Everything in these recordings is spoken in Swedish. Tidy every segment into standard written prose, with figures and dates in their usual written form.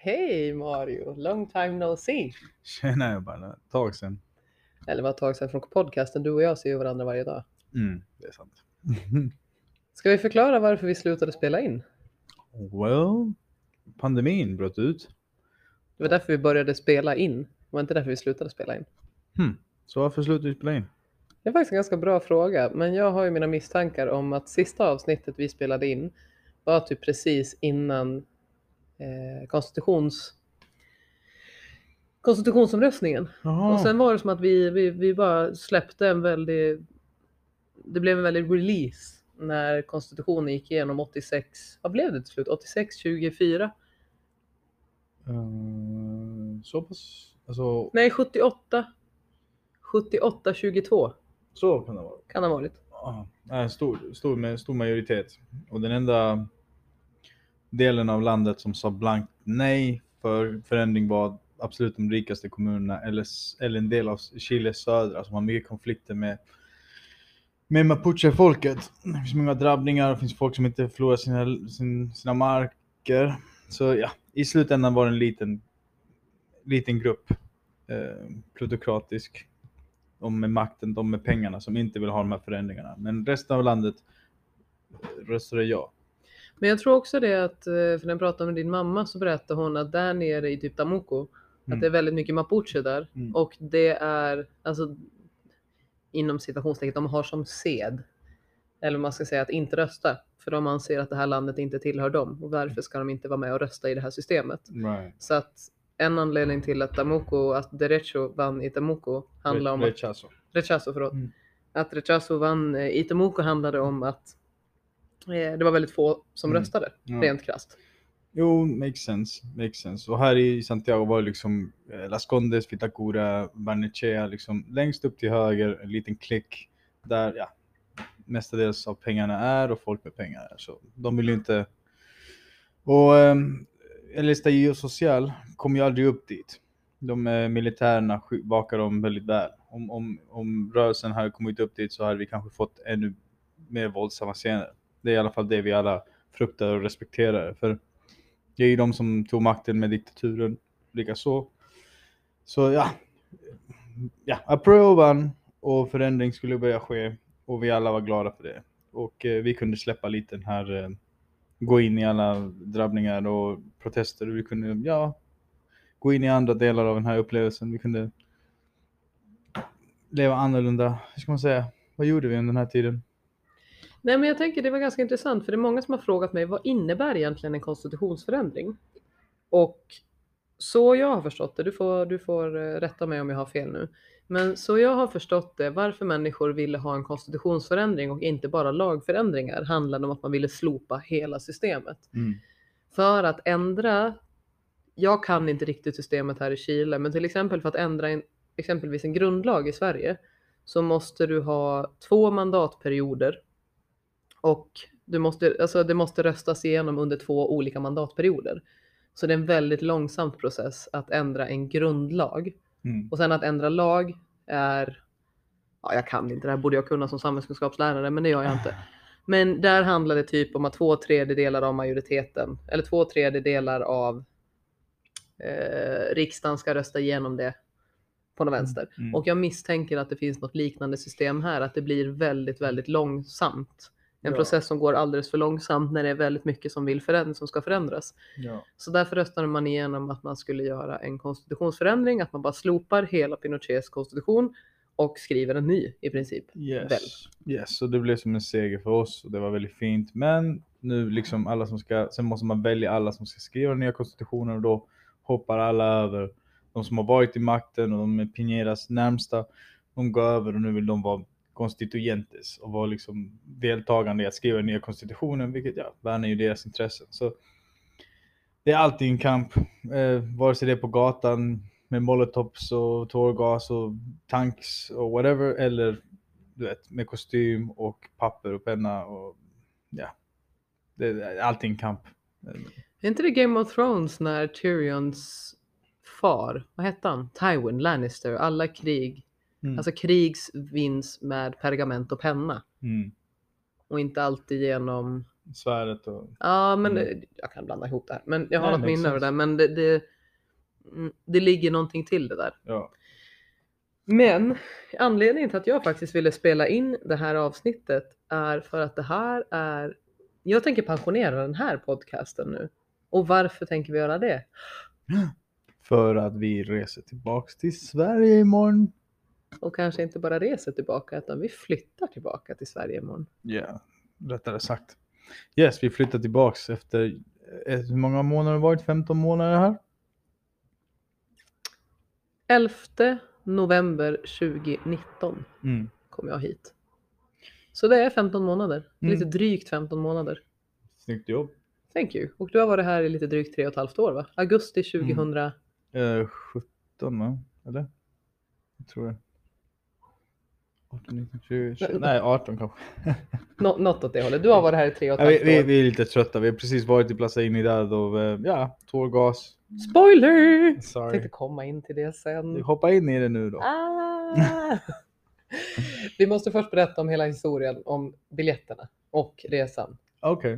Hej Mario, long time no see. Tjena, jag bara ett tag sedan. Eller vad ett tag sedan från podcasten, du och jag ser ju varandra varje dag. Det är sant. Ska vi förklara varför vi slutade spela in? Well, pandemin bröt ut. Det var därför vi började spela in, det var inte därför vi slutade spela in. Så varför slutade vi spela in? Det är faktiskt en ganska bra fråga, men jag har ju mina misstankar om att sista avsnittet vi spelade in var typ precis innan konstitutionsomröstningen. Jaha. Och sen var det som att vi bara släppte det blev en väldig release när konstitutionen gick igenom 86, vad blev det till slut? 86-24? Så pass, alltså, Nej, 78-22 så kan det vara. kan det ha varit. Stor majoritet. Och den enda delen av landet som sa blankt nej för förändring var absolut de rikaste kommunerna eller en del av Chiles södra som har mycket konflikter med Mapuche-folket. Det finns många drabbningar, det finns folk som inte förlorar sina marker. Så ja, i slutändan var det en liten grupp, plutokratisk. De med makten, de med pengarna som inte vill ha de här förändringarna. Men resten av landet röstade ja. Men jag tror också det att, för när jag pratade med din mamma så berättade hon att där nere i typ Tamuco, att det är väldigt mycket mapuche där. Och det är, alltså inom citationstecken, de har som sed, eller man ska säga att inte rösta. För de anser att det här landet inte tillhör dem. Och varför ska de inte vara med och rösta i det här systemet? Right. Så att en anledning till att Derecho vann i Tamuco handlar om Rechazo, förlåt. Att Rechazo vann i Tamuco handlade om att det var väldigt få som röstade, rent krasst. Jo, makes sense. Och här i Santiago var det liksom Las Condes, Vitacura, Barnechea, liksom längst upp till höger, en liten klick där, ja, mestadels av pengarna är och folk med pengar är. Så de vill ju inte. Och El Estallido Social kom ju aldrig upp dit. De militärerna vakar dem väldigt väl. Om rörelsen hade kommit upp dit så hade vi kanske fått ännu mer våldsamma scener. Det är i alla fall det vi alla fruktar och respekterar. För det är ju de som tog makten med diktaturen. Likaså. Så ja, April vann och förändring skulle börja ske. Och vi alla var glada för det. Och vi kunde släppa lite den här, gå in i alla drabbningar och protester. Vi kunde, gå in i andra delar av den här upplevelsen. Vi kunde leva annorlunda. Hur ska man säga? Vad gjorde vi under den här tiden? Nej, men jag tänker det var ganska intressant, för det är många som har frågat mig, vad innebär egentligen en konstitutionsförändring? Och så jag har förstått det, du får rätta mig om jag har fel nu. Men så jag har förstått det, varför människor ville ha en konstitutionsförändring och inte bara lagförändringar, handlade om att man ville slopa hela systemet. För att ändra, jag kan inte riktigt systemet här i Chile, men till exempel för att ändra exempelvis en grundlag i Sverige, så måste du ha 2 mandatperioder. Och det måste röstas igenom under 2 olika mandatperioder. Så det är en väldigt långsam process att ändra en grundlag. Och sen att ändra lag är, jag kan inte, det här borde jag kunna som samhällskunskapslärare, men det gör jag inte. Men där handlar det typ om att 2/3 av majoriteten, eller 2/3 av riksdagen ska rösta igenom det på den vänster. Och jag misstänker att det finns något liknande system här, att det blir väldigt, väldigt långsamt. En process som går alldeles för långsamt när det är väldigt mycket som ska förändras. Så därför röstade man igenom att man skulle göra en konstitutionsförändring, att man bara slopar hela Pinochets konstitution och skriver en ny i princip. Yes, så det blev som en seger för oss och det var väldigt fint. Men nu liksom sen måste man välja alla som ska skriva den nya konstitutionen, och då hoppar alla över. De som har varit i makten och de är Piñeras närmsta, de går över och nu vill de vara konstituyentes och vara liksom deltagande i att skriva den nya konstitutionen, vilket värnar ju deras intressen. Så det är alltid en kamp, vare sig det är på gatan med molotovs och tårgas och tanks och whatever, eller du vet, med kostym och papper och penna och det är alltid en kamp. Är inte det Game of Thrones när Tyrions far, vad hette han? Tywin Lannister, alla krig, alltså krigs vinns med pergament och penna. Och inte alltid genom Sväret och... Ja, men jag kan blanda ihop det här. Men jag har Nej, något makes minne över sense. det. Men det ligger någonting till det där. Ja. Men anledningen till att jag faktiskt ville spela in det här avsnittet är för att det här är... Jag tänker pensionera den här podcasten nu. Och varför tänker vi göra det? För att vi reser tillbaks till Sverige imorgon. Och kanske inte bara reser tillbaka utan vi flyttar tillbaka till Sverige imorgon. Ja, rättare sagt. Yes, vi flyttar tillbaks efter... Hur många månader har det varit? 15 månader här? 11 november 2019 kom jag hit. Så det är 15 månader. Lite drygt 15 månader. Snyggt jobb. Thank you. Och du har varit här i lite drygt 3,5 år, va? Augusti 2000... 17, va? Eller? Jag tror det. 18, 19, 20, 20. Nej, 18 kanske. Något åt det hållet. Du har varit här i 3,5 år. Vi är lite trötta. Vi har precis varit i Plaza Inidad och tårgas. Spoiler! Sorry. Tänkte komma in till det sen. Hoppa in i det nu då. Vi måste först berätta om hela historien om biljetterna och resan. Okej.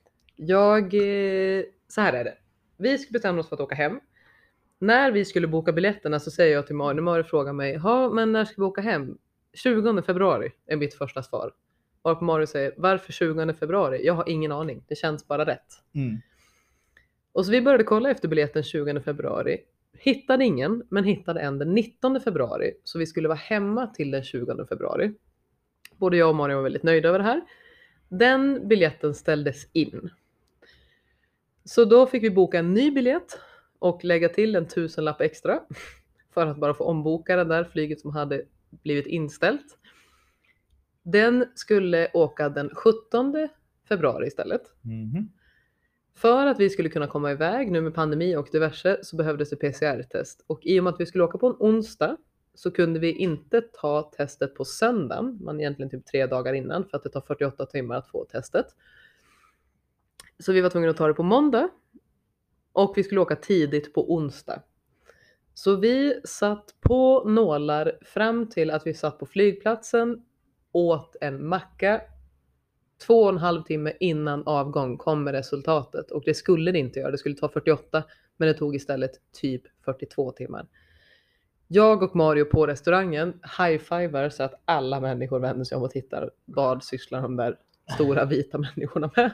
Så här är det. Vi skulle bestämma oss för att åka hem. När vi skulle boka biljetterna så säger jag till Mari, Mari frågar mig, men när ska vi åka hem? 20 februari är mitt första svar. Och Mari säger, varför 20 februari? Jag har ingen aning, det känns bara rätt. Och så vi började kolla efter biljetten 20 februari. Hittade ingen, men hittade en den 19 februari. Så vi skulle vara hemma till den 20 februari. Både jag och Mari var väldigt nöjda över det här. Den biljetten ställdes in. Så då fick vi boka en ny biljett och lägga till en 1000-lapp extra för att bara få omboka det där flyget som hade blivit inställt. Den skulle åka den 17 februari istället. För att vi skulle kunna komma iväg nu med pandemi och diverse så behövdes det PCR-test. Och i och med att vi skulle åka på en onsdag så kunde vi inte ta testet på söndagen. Man egentligen typ 3 dagar innan för att det tar 48 timmar att få testet. Så vi var tvungna att ta det på måndag. Och vi skulle åka tidigt på onsdag. Så vi satt på nålar fram till att vi satt på flygplatsen. Åt en macka. 2,5 timme innan avgång kommer resultatet. Och det skulle det inte göra. Det skulle ta 48. Men det tog istället typ 42 timmar. Jag och Mario på restaurangen high-fivar så att alla människor vänder sig om och tittar. Vad sysslar de där stora vita människorna med?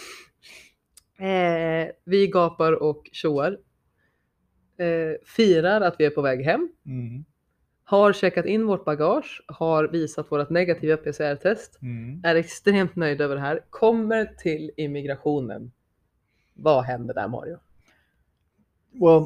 Vi gapar och tjoar. Firar att vi är på väg hem. Har checkat in vårt bagage. Har visat vårt negativa PCR-test. Är extremt nöjd över det här. Kommer till immigrationen. Vad händer där, Mario? Well,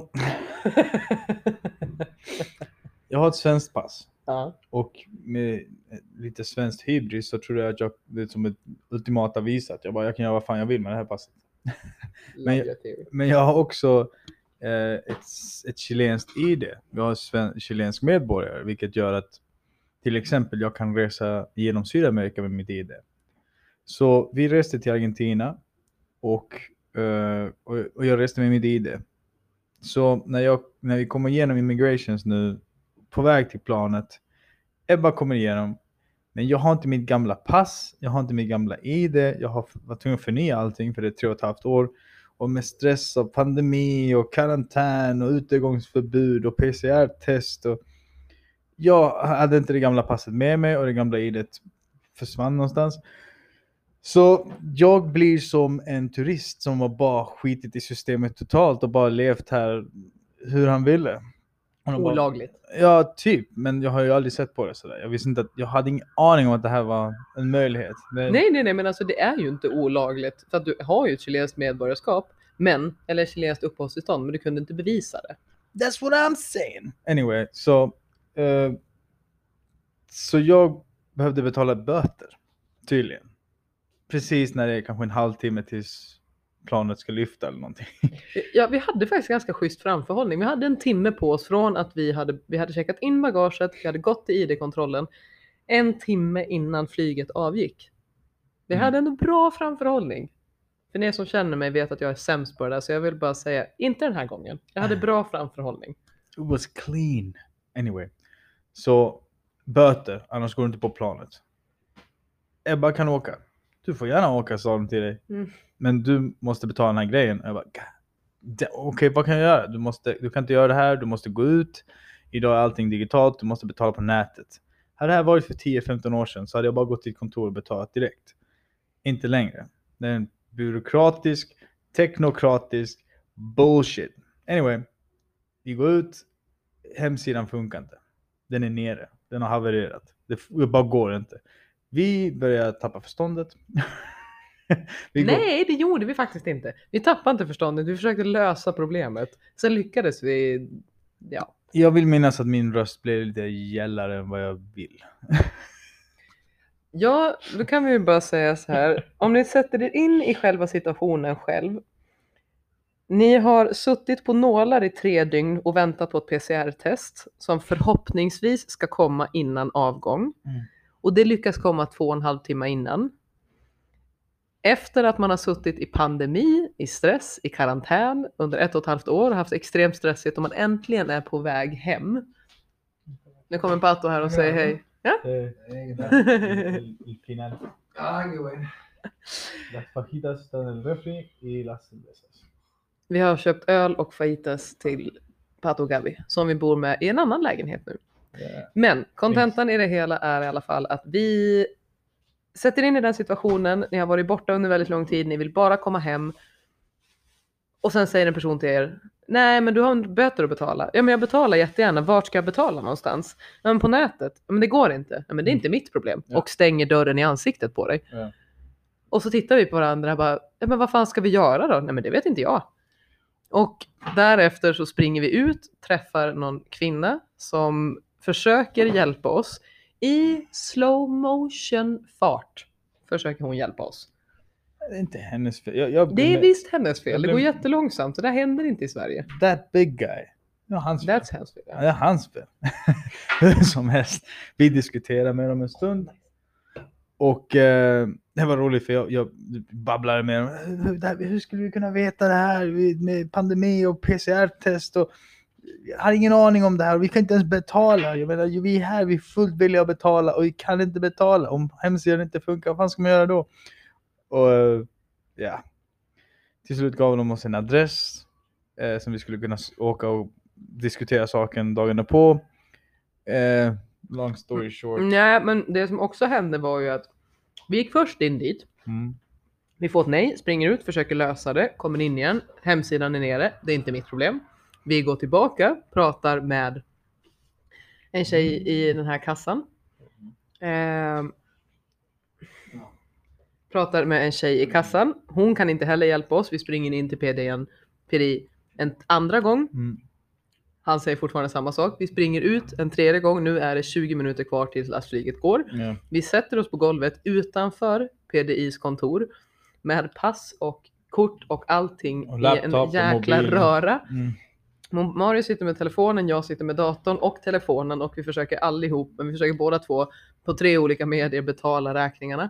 jag har ett svenskt pass. Ja. Och med lite svenskt hybris så tror jag att det är som ett ultimata visat. Jag kan göra vad fan jag vill med det här passet. Men jag har också ett chilenskt ID. Jag har chilensk medborgare, vilket gör att till exempel jag kan resa genom Sydamerika med mitt ID. Så vi reste till Argentina och jag reste med mitt ID. Så när vi kommer igenom immigrations nu på väg till planet, Ebba kommer igenom, men jag har inte mitt gamla pass, jag har inte mitt gamla ID, jag har varit tvungen att förnya allting för det är 3,5 år. Och med stress av pandemi och karantän och utegångsförbud och PCR-test. Och jag hade inte det gamla passet med mig och det gamla ID:t försvann någonstans. Så jag blir som en turist som har bara skitit i systemet totalt och bara levt här hur han ville. Olagligt. Ja, typ. Men jag har ju aldrig sett på det sådär. Jag visste inte att, jag hade ingen aning om att det här var en möjlighet. Nej, men alltså det är ju inte olagligt. För att du har ju ett chilenskt medborgarskap. Eller chilenskt uppehållstillstånd. Men du kunde inte bevisa det. That's what I'm saying. Anyway, så jag behövde betala böter. Tydligen. Precis när det är kanske en halvtimme tills planet ska lyfta eller någonting. Ja, vi hade faktiskt ganska schysst framförhållning. Vi hade en timme på oss från att vi hade checkat in bagaget. Vi hade gått till ID-kontrollen. En timme innan flyget avgick. Vi hade en bra framförhållning. För ni som känner mig vet att jag är sämst på det där. Så jag vill bara säga, inte den här gången. Jag hade bra framförhållning. It was clean. Anyway. Så böter, annars går du inte på planet. Ebba kan åka. Du får gärna åka, sa de till dig. Men du måste betala den här grejen. Jag bara, okej, vad kan jag göra? Du kan inte göra det här, du måste gå ut. Idag är allting digitalt, du måste betala på nätet. Hade det här varit för 10-15 år sedan så hade jag bara gått till ett kontor och betalat direkt. Inte längre. Det är en byråkratisk, teknokratisk bullshit. Anyway, vi går ut, hemsidan funkar inte. Den är nere, den har havererat. Det bara går inte. Vi börjar tappa förståndet. Nej, det gjorde vi faktiskt inte. Vi tappade inte förståndet, vi försökte lösa problemet. Sen lyckades vi, ja. Jag vill minnas att min röst blev lite gällare än vad jag vill. Ja, då kan vi ju bara säga så här. Om ni sätter er in i själva situationen själv. Ni har suttit på nålar i 3 dygn och väntat på ett PCR-test som förhoppningsvis ska komma innan avgång. Och det lyckas komma 2,5 timmar innan. Efter att man har suttit i pandemi, i stress, i karantän under 1,5 år och haft extremt stressigt och man äntligen är på väg hem. Nu kommer Pato här och säger hej. Ja? Vi har köpt öl och fajitas till Pato och Gabi som vi bor med i en annan lägenhet nu. Men kontentan i det hela är i alla fall att vi sätter in i den situationen. Ni har varit borta under väldigt lång tid. Ni vill bara komma hem. Och sen säger en person till er: nej, men du har en böter att betala. Ja, men jag betalar jättegärna. Vart ska jag betala någonstans? Ja, men på nätet. Ja, men det går inte. Ja, men det är inte mitt problem. Ja. Och stänger dörren i ansiktet på dig. Ja. Och så tittar vi på varandra och bara: ja, men vad fan ska vi göra då? Nej, men det vet inte jag. Och därefter så springer vi ut, träffar någon kvinna som försöker hjälpa oss. I slow motion fart försöker hon hjälpa oss. Det är inte hennes fel. Det är visst hennes fel. Det går jättelångsamt. Det där händer inte i Sverige. That big guy. Ja, hans fel. That's hans fel. Ja, det är hans fel. Hur som helst. Vi diskuterar med dem en stund. Och det var roligt för jag babblade med dem. Hur skulle vi kunna veta det här med pandemi och PCR-test och jag har ingen aning om det här. Vi kan inte ens betala. Jag menar, vi är här, vi är fullt villiga att betala och vi kan inte betala. Om hemsidan inte funkar, vad fan ska man göra då? Och ja, till slut gav de oss en adress som vi skulle kunna åka och diskutera saken dagen därpå. Long story short. Nej, men det som också hände var ju att vi gick först in dit. Vi får ett nej, springer ut, försöker lösa det, kommer in igen. Hemsidan är nere, det är inte mitt problem. Vi går tillbaka, pratar med en tjej i den här kassan. Pratar med en tjej i kassan. Hon kan inte heller hjälpa oss. Vi springer in till PDI en andra gång. Han säger fortfarande samma sak. Vi springer ut en tredje gång. Nu är det 20 minuter kvar tills lastflyget går. Vi sätter oss på golvet utanför PDIs kontor med pass och kort och allting och laptop, i en jäkla röra. Mario sitter med telefonen, jag sitter med datorn och telefonen och vi försöker allihop, men vi försöker båda två på 3 olika medier betala räkningarna.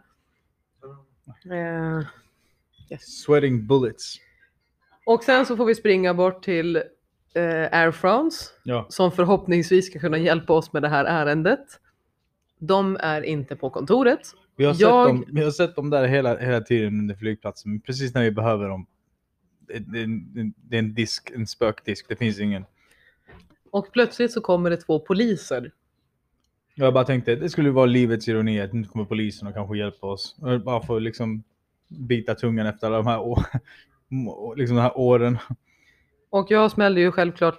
Yes. Sweating bullets. Och sen så får vi springa bort till Air France som förhoppningsvis ska kunna hjälpa oss med det här ärendet. De är inte på kontoret. Vi har sett dem där hela tiden under flygplatsen, precis när vi behöver dem. Det är en disk, en spökdisk, det finns ingen. Och plötsligt så kommer det 2 poliser. Jag bara tänkte, det skulle vara livets ironi att nu kommer polisen och kanske hjälpa oss. Bara för liksom bita tungan efter alla de här, liksom de här åren. Och jag smällde ju självklart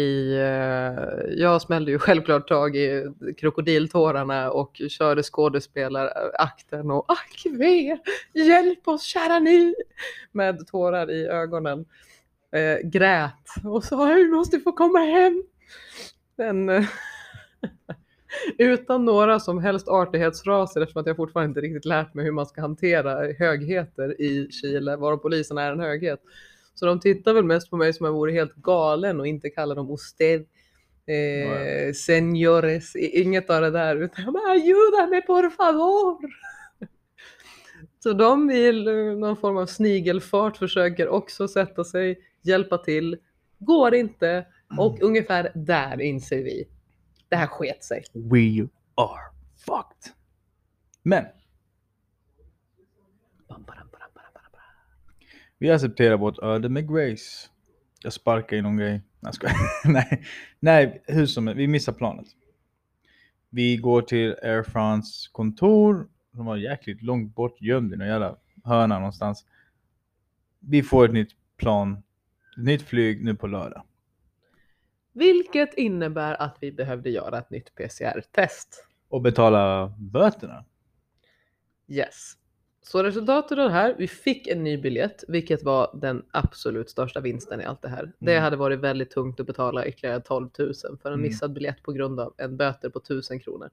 tag i krokodiltårarna och körde skådespelarakten och akve, hjälp oss kära ni, med tårar i ögonen. Grät och sa vi måste få komma hem. Men utan några som helst artighetsfraser, eftersom att jag fortfarande inte riktigt lärt mig hur man ska hantera högheter i Chile, var polisen är en höghet. Så de tittar väl mest på mig som jag vore helt galen och inte kallar dem usted, señores, inget av det där, utan ayúdame por favor. Så de vill någon form av snigelfart, försöker också sätta sig, hjälpa till, går inte, och ungefär där inser vi, det här sket sig. We are fucked. Men Vi accepterar vårt öde med grace. Jag sparkar i någon grej. Jag skojar. Nej, hur som helst. Vi missar planet. Vi går till Air France kontor. De var jäkligt långt bort, gömd i någon jävla hörna någonstans. Vi får ett nytt plan. Ett nytt flyg nu på lördag. Vilket innebär att vi behövde göra ett nytt PCR-test. Och betala böterna. Yes. Så resultatet av det här, vi fick en ny biljett, vilket var den absolut största vinsten i allt det här. Det hade varit väldigt tungt att betala ytterligare 12 000 för en missad biljett på grund av en böter på 1000 kronor.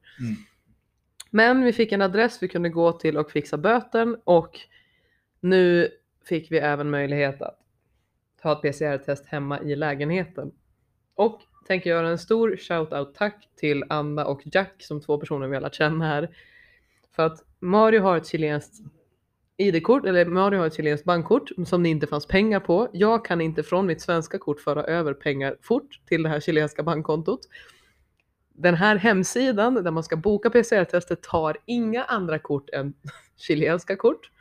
Men vi fick en adress vi kunde gå till och fixa böten, och nu fick vi även möjlighet att ta ett PCR-test hemma i lägenheten. Och tänker göra en stor shout-out tack till Anna och Jack som 2 personer vi har lärt känna här. För att Mario har ett chilenskt ID-kort, eller Mario har ett chilenskt bankkort som det inte fanns pengar på. Jag kan inte från mitt svenska kort föra över pengar fort till det här chilenska bankkontot. Den här hemsidan där man ska boka PCR-testet tar inga andra kort än chilenska kort.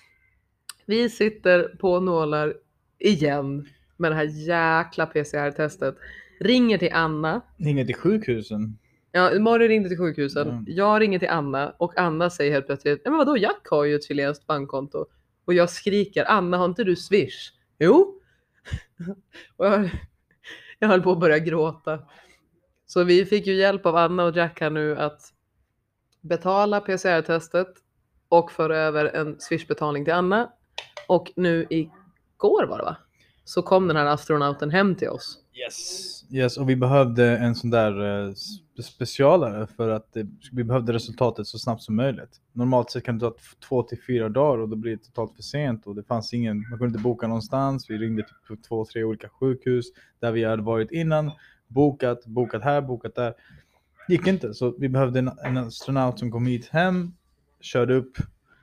Vi sitter på nålar igen med det här jäkla PCR-testet. Ringer till Anna. Ringer till sjukhusen. Ja, Mario ringde till sjukhusen. Jag ringer till Anna och Anna säger helt plötsligt: men vadå, Jack har ju ett chilenskt bankkonto. Och jag skriker: Anna, har inte du Swish? Jo. Och jag höll på att börja gråta. Så vi fick ju hjälp av Anna och Jack här nu att betala PCR-testet och föra över en Swish-betalning till Anna. Och nu igår var det, va? Så kom den här astronauten hem till oss. Yes, och vi behövde en sån där specialare för att vi behövde resultatet så snabbt som möjligt. Normalt sett kan det ta 2 till 4 dagar och då blir det totalt för sent och det fanns man kunde inte boka någonstans. Vi ringde till 2-3 olika sjukhus där vi hade varit innan, bokat här, bokat där. Gick inte, så vi behövde en astronaut som kom hit hem, körde upp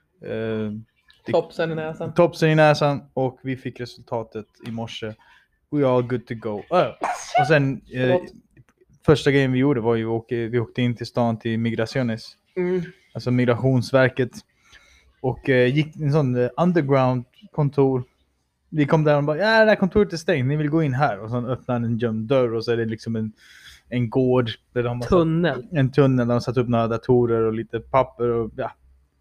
topsen i näsan och vi fick resultatet i morse. We are good to go. Och sen första grejen vi gjorde var ju vi åkte in till stan till Migraciones. Alltså Migrationsverket. Och gick en sån underground kontor. Vi kom där och bara, ja, det här kontoret är stängt, ni vill gå in här. Och så öppnar en gömd dörr och så är det liksom en gård. Där de har en tunnel där de satt upp några datorer och lite papper och ja.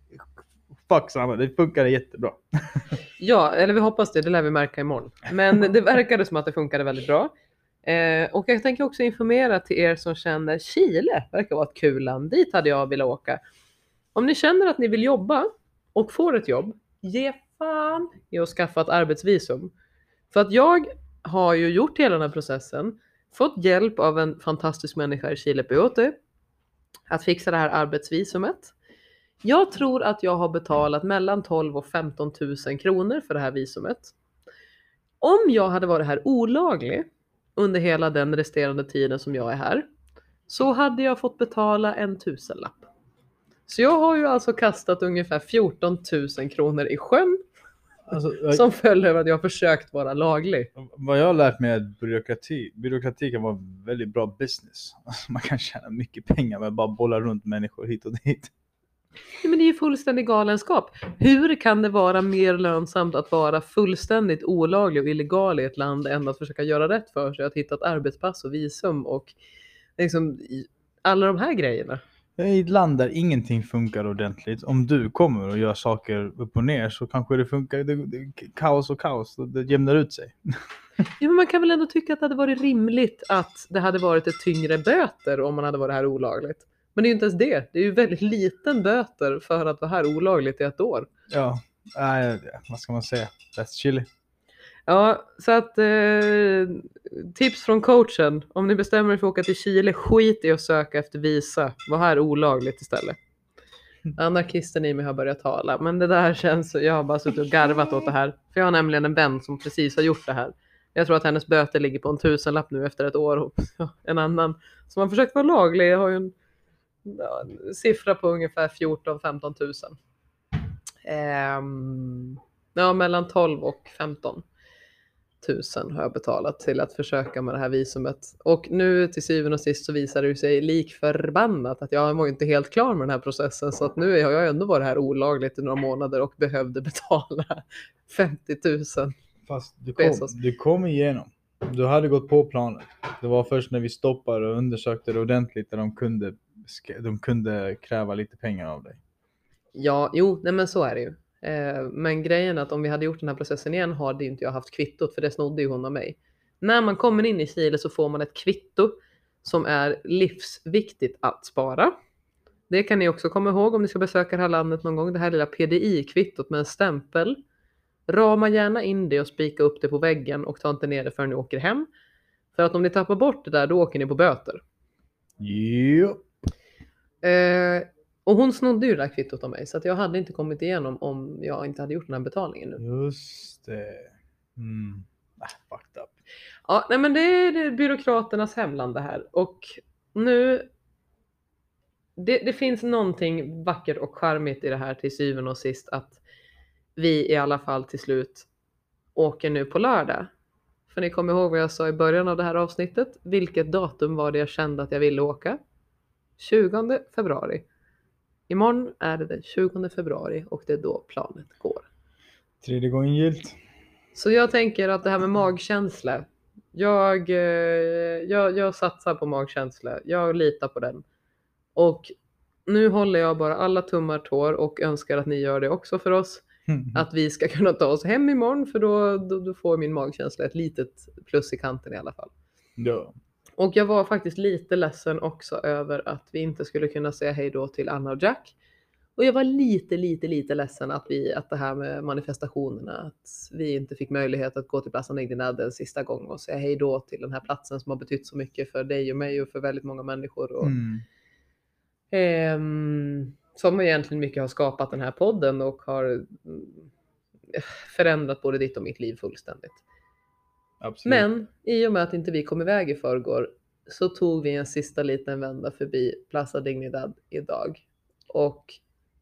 Fuck samma, det funkade jättebra. Ja, eller vi hoppas det lär vi märka imorgon. Men det verkade som att det funkade väldigt bra. Och jag tänker också informera till er som känner Chile verkar vara ett kul land. Dit hade jag velat åka. Om ni känner att ni vill jobba och får ett jobb, ge fan i att skaffa ett arbetsvisum. För att jag har ju gjort hela den här processen, fått hjälp av en fantastisk människa i Chile Peyote att fixa det här arbetsvisumet. Jag tror att jag har betalat mellan 12 och 15 000 kronor för det här visumet. Om jag hade varit här olaglig under hela den resterande tiden som jag är här, så hade jag fått betala en 1000-lapp. Så jag har ju alltså kastat ungefär 14 000 kronor i sjön. Alltså, som följer av att jag har försökt vara laglig. Vad jag har lärt mig är att byråkrati kan vara väldigt bra business. Alltså, man kan tjäna mycket pengar med att bara bolla runt människor hit och dit. Ja, men det är ju fullständig galenskap. Hur kan det vara mer lönsamt att vara fullständigt olaglig och illegal i ett land än att försöka göra rätt för sig, att hitta ett arbetspass och visum och liksom alla de här grejerna? I ett land där ingenting funkar ordentligt, om du kommer och gör saker upp och ner så kanske det funkar, kaos, det jämnar ut sig. Ja, men man kan väl ändå tycka att det hade varit rimligt att det hade varit ett tyngre böter om man hade varit här olagligt. Men det är ju inte ens det. Det är ju väldigt liten böter för att vara här olagligt i 1 år. Ja, vad ska man säga? That's chilly. Ja, så att tips från coachen. Om ni bestämmer er för att åka till Chile, skit i att söka efter visa. Var här olagligt istället. Anarkisten i mig har börjat tala. Men det där känns, jag har bara suttit och garvat åt det här. För jag har nämligen en vän som precis har gjort det här. Jag tror att hennes böter ligger på en 1000-lapp nu efter 1 år. Och en annan som har försökt vara laglig har ju en siffra på ungefär 14-15 000. Ja, mellan 12 och 15. 000 har jag betalat till att försöka med det här visumet. Och nu till syvende och sist så visar det sig lik förbannat att jag var inte helt klar med den här processen. Så att nu har jag ändå varit här olagligt i några månader och behövde betala 50 000. Fast pesos. du kom igenom. Du hade gått på planet. Det var först när vi stoppade och undersökte det ordentligt där de kunde kräva lite pengar av dig. Ja, jo, nej men så är det ju. Men grejen är att om vi hade gjort den här processen igen hade inte jag haft kvittot, för det snodde ju hon av mig. När man kommer in i Chile så får man ett kvitto som är livsviktigt att spara. Det kan ni också komma ihåg om ni ska besöka det här landet någon gång. Det här lilla PDI-kvittot med en stämpel. Rama gärna in det och spika upp det på väggen och ta inte ner det förrän ni åker hem. För att om ni tappar bort det där, då åker ni på böter. Jo. Och hon snodde ju det där kvittot av mig, så att jag hade inte kommit igenom om jag inte hade gjort den här betalningen nu. Just det. Fucked up. Ja, nej men det är byråkraternas hemland det här. Och nu... Det finns någonting vackert och charmigt i det här till syvende och sist, att vi i alla fall till slut åker nu på lördag. För ni kommer ihåg vad jag sa i början av det här avsnittet. Vilket datum var det jag kände att jag ville åka? 20 februari. Imorgon är det den 20 februari och det är då planet går. 3:e gången gillt. Så jag tänker att det här med magkänsla. Jag satsar på magkänsla. Jag litar på den. Och nu håller jag bara alla tummar tår och önskar att ni gör det också för oss. Att vi ska kunna ta oss hem imorgon, för då får min magkänsla ett litet plus i kanten i alla fall. Ja. Och jag var faktiskt lite ledsen också över att vi inte skulle kunna säga hej då till Anna och Jack. Och jag var lite ledsen att det här med manifestationerna, att vi inte fick möjlighet att gå till Plaza Dignidad en sista gång och säga hej då till den här platsen som har betytt så mycket för dig och mig och för väldigt många människor. Och, som egentligen mycket har skapat den här podden och har förändrat både ditt och mitt liv fullständigt. Absolut. Men i och med att inte vi kom iväg i förrgår så tog vi en sista liten vända förbi Plaza Dignidad idag. Och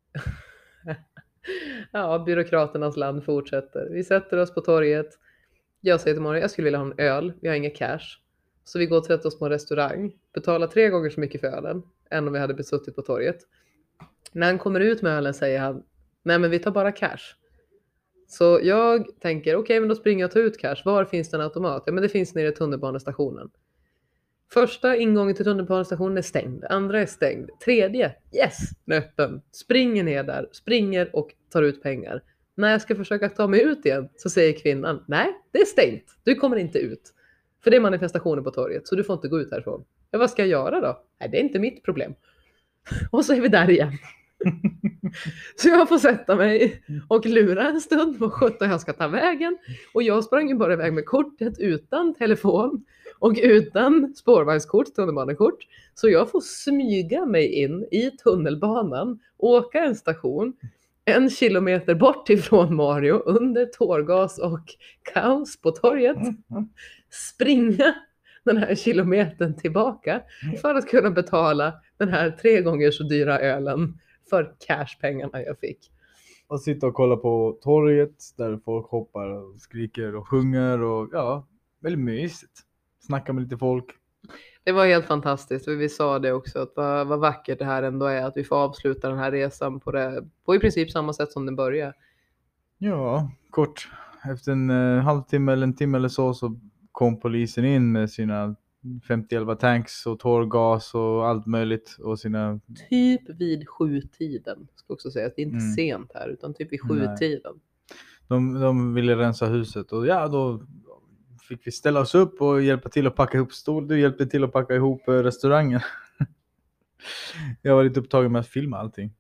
ja, byråkraternas land fortsätter. Vi sätter oss på torget. Jag säger till Mario, jag skulle vilja ha en öl. Vi har inga cash. Så vi går och sätter oss på en restaurang. Betalar 3 gånger så mycket för ölen än om vi hade besuttit på torget. När han kommer ut med ölen säger han, nej men vi tar bara cash. Så jag tänker, okej, men då springer jag och tar ut cash. Var finns den automat? Ja, men det finns nere i tunnelbanestationen. Första ingången till tunnelbanestationen är stängd. Andra är stängd. Tredje, yes, den är öppen. Springer ner där. Springer och tar ut pengar. När jag ska försöka ta mig ut igen så säger kvinnan, nej, det är stängt. Du kommer inte ut. För det är manifestationer på torget, så du får inte gå ut härifrån. Ja, vad ska jag göra då? Nej, det är inte mitt problem. Och så är vi där igen. Så jag får sätta mig och lura en stund på 17 jag ska ta vägen. Och jag sprang ju bara iväg med kortet utan telefon och utan spårvagnskort, tunnelbanekort. Så jag får smyga mig in i tunnelbanan, åka en station 1 kilometer bort ifrån Mario under tårgas och kaos på torget. Springa den här kilometern tillbaka för att kunna betala den här 3 gånger så dyra ölen för cashpengarna jag fick. Och sitta och kolla på torget där folk hoppar och skriker och sjunger och ja, väldigt mysigt. Snacka med lite folk. Det var helt fantastiskt, för vi sa det också, att vad vackert det här ändå är, att vi får avsluta den här resan på i princip samma sätt som den började. Ja, kort. Efter en halvtimme eller en timme eller så kom polisen in med sina 50-11 tanks och tårgas och allt möjligt och sina... Typ vid 7-tiden, ska också säga. Det är inte sent här, utan typ vid 7-tiden. De ville rensa huset och ja, då fick vi ställa oss upp och hjälpa till att packa ihop stol. Du hjälpte till att packa ihop restaurangen. Jag var lite upptagen med att filma allting.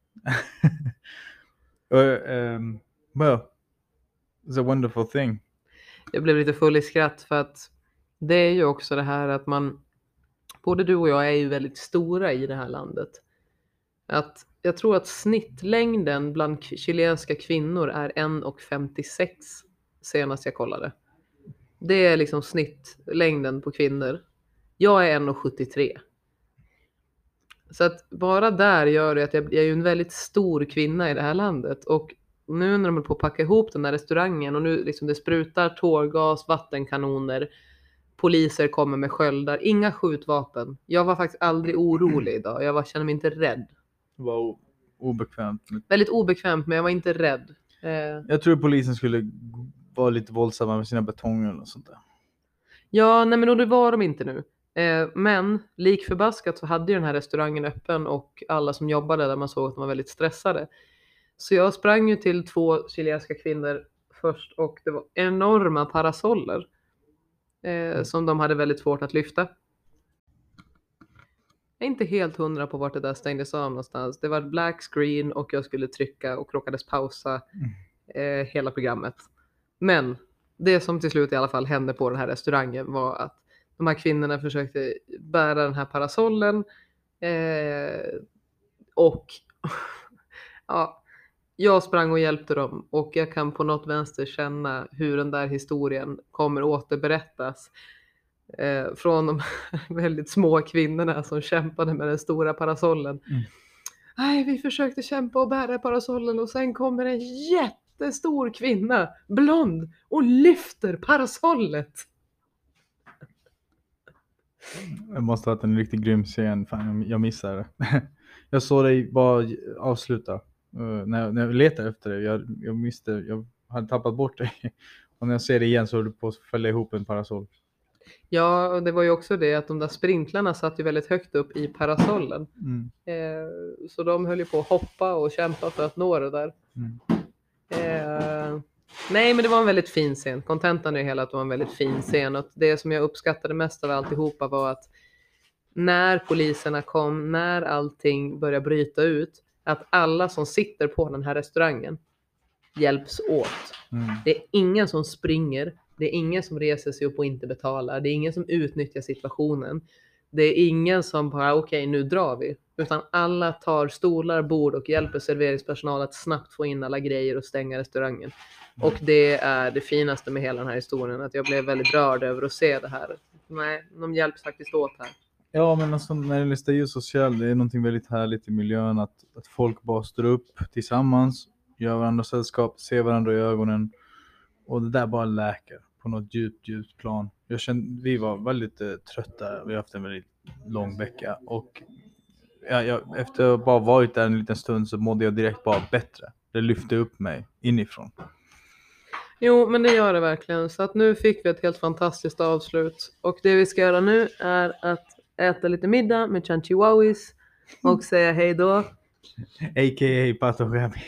Well, it's a wonderful thing. Jag blev lite full i skratt för att det är ju också det här att både du och jag är ju väldigt stora i det här landet. Att jag tror att snittlängden bland chilenska kvinnor är 1,56 senast jag kollade. Det är liksom snittlängden på kvinnor. Jag är 1,73. Så att bara där gör det att jag är ju en väldigt stor kvinna i det här landet. Och nu när de håller på att packa ihop den där restaurangen och nu liksom det sprutar tårgas, vattenkanoner, poliser kommer med sköldar, inga skjutvapen. Jag var faktiskt aldrig orolig idag. Kände mig inte rädd. Det var obekvämt. Väldigt obekvämt, men jag var inte rädd. Jag tror polisen skulle vara lite våldsamma med sina betonger och sånt där. Ja, nej men och det var de inte nu. Men lik förbaskat så hade ju den här restaurangen öppen och alla som jobbade där, man såg att de var väldigt stressade. Så jag sprang ju till 2 chilenska kvinnor först och det var enorma parasoller som de hade väldigt svårt att lyfta. Jag är inte helt 100 på vart det där stängdes av någonstans. Det var black screen och jag skulle trycka och råkades pausa hela programmet. Men det som till slut i alla fall hände på den här restaurangen var att de här kvinnorna försökte bära den här parasollen och ja, jag sprang och hjälpte dem och jag kan på något vänster känna hur den där historien kommer återberättas från de väldigt små kvinnorna som kämpade med den stora parasollen. Nej, vi försökte kämpa och bära parasollen och sen kommer en jättestor kvinna, blond, och lyfter parasollet. Jag måste ha haft en riktigt grym scen. Fan, jag missade det. Jag såg dig bara avsluta. När jag letade efter det. Jag hade tappat bort dig. Och när jag ser det igen så håller du på att fälla ihop en parasoll. Ja, och det var ju också det att de där sprintlarna satt ju väldigt högt upp i parasollen. Så de höll ju på att hoppa och kämpa för att nå det där. Nej, men det var en väldigt fin scen. Kontentan är hela att det var en väldigt fin scen. Och det som jag uppskattade mest av alltihopa var att när poliserna kom, när allting började bryta ut, att alla som sitter på den här restaurangen hjälps åt. Det är ingen som springer. Det är ingen som reser sig upp och inte betalar. Det är ingen som utnyttjar situationen. Det är ingen som bara okej, nu drar vi. Utan alla tar stolar, bord och hjälper serveringspersonal att snabbt få in alla grejer och stänga restaurangen. Och det är det finaste med hela den här historien. Att jag blev väldigt rörd över att se det här. Nej, de hjälps faktiskt åt här. Ja, men alltså när det är ju social, det är någonting väldigt härligt i miljön. Att folk bara står upp tillsammans, gör varandra sällskap, ser varandra i ögonen. Och det där bara läker på något djupt plan. Vi var väldigt trötta. Vi har haft en väldigt lång vecka. Och efter att bara varit där en liten stund så mådde jag direkt bara bättre. Det lyfte upp mig inifrån. Jo, men det gör det verkligen. Så att nu fick vi ett helt fantastiskt avslut. Och det vi ska göra nu är att äta lite middag med Chanchihuahuis och säga hej då. A.k.a. Pato Gabi.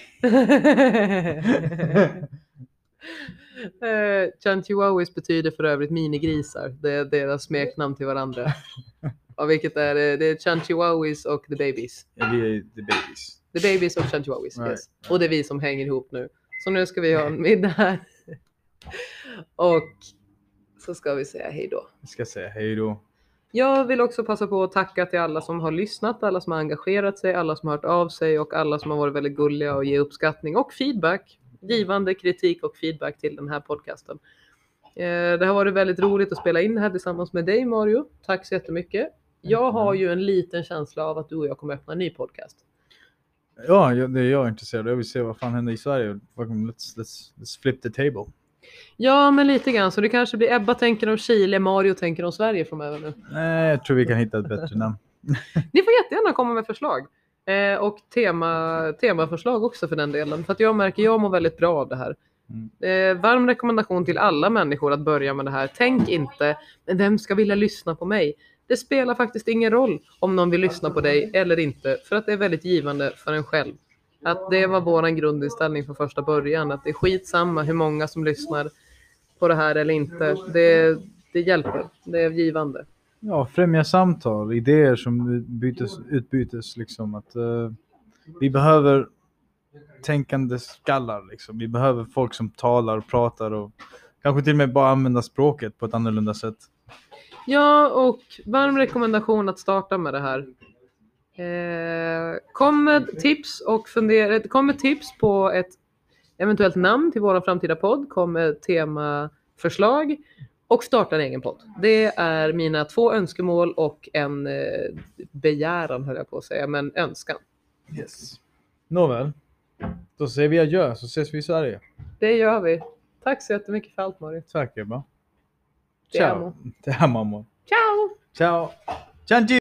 Chanchihuahuis betyder för övrigt minigrisar. Det är deras smeknamn till varandra. Och vilket är det är Chanchihuahuis och The Babies. Ja, vi är The Babies. The Babies och Chanchihuahuis, Right. yes. Och det är vi som hänger ihop nu. Så nu ska vi ha en middag här. Och så ska vi säga hej då. Vi ska säga hej då. Jag vill också passa på att tacka till alla som har lyssnat, alla som har engagerat sig, alla som har hört av sig och alla som har varit väldigt gulliga och ge uppskattning och feedback. Givande kritik och feedback till den här podcasten. Det har varit väldigt roligt att spela in det här tillsammans med dig, Mario. Tack så jättemycket. Jag har ju en liten känsla av att du och jag kommer öppna en ny podcast. Ja, det är jag intresserad. Jag vill se vad fan händer i Sverige. Let's flip the table. Ja, men lite grann. Så det kanske blir Ebba tänker om Chile, Mario tänker om Sverige framöver nu. Nej, jag tror vi kan hitta ett bättre namn. Ni får jättegärna komma med förslag. Och temaförslag också för den delen. För att jag märker jag mår väldigt bra av det här. Varm rekommendation till alla människor att börja med det här. Tänk inte, men vem ska vilja lyssna på mig? Det spelar faktiskt ingen roll om någon vill lyssna på dig eller inte. För att det är väldigt givande för en själv. Att det var våran grundinställning från första början. Att det är skitsamma hur många som lyssnar på det här eller inte. Det hjälper. Det är givande. Ja, främja samtal, idéer som utbytes liksom. Att vi behöver tänkande skallar liksom. Vi behöver folk som talar och pratar och kanske till och med bara använda språket på ett annorlunda sätt. Ja, och varm rekommendation att starta med det här. Kom med tips på ett eventuellt namn till vår framtida podd. Kom med temaförslag och starta en egen podd. Det är mina 2 önskemål och en begäran höll jag på att säga, men önskan. Yes. Nåväl, Då säger vi adjö, så ses vi i Sverige. Det gör vi. Tack så jättemycket för allt, Mario. Tack, Ebba. Te amo. Te amo, amor. Ciao! Ciao. Ciao.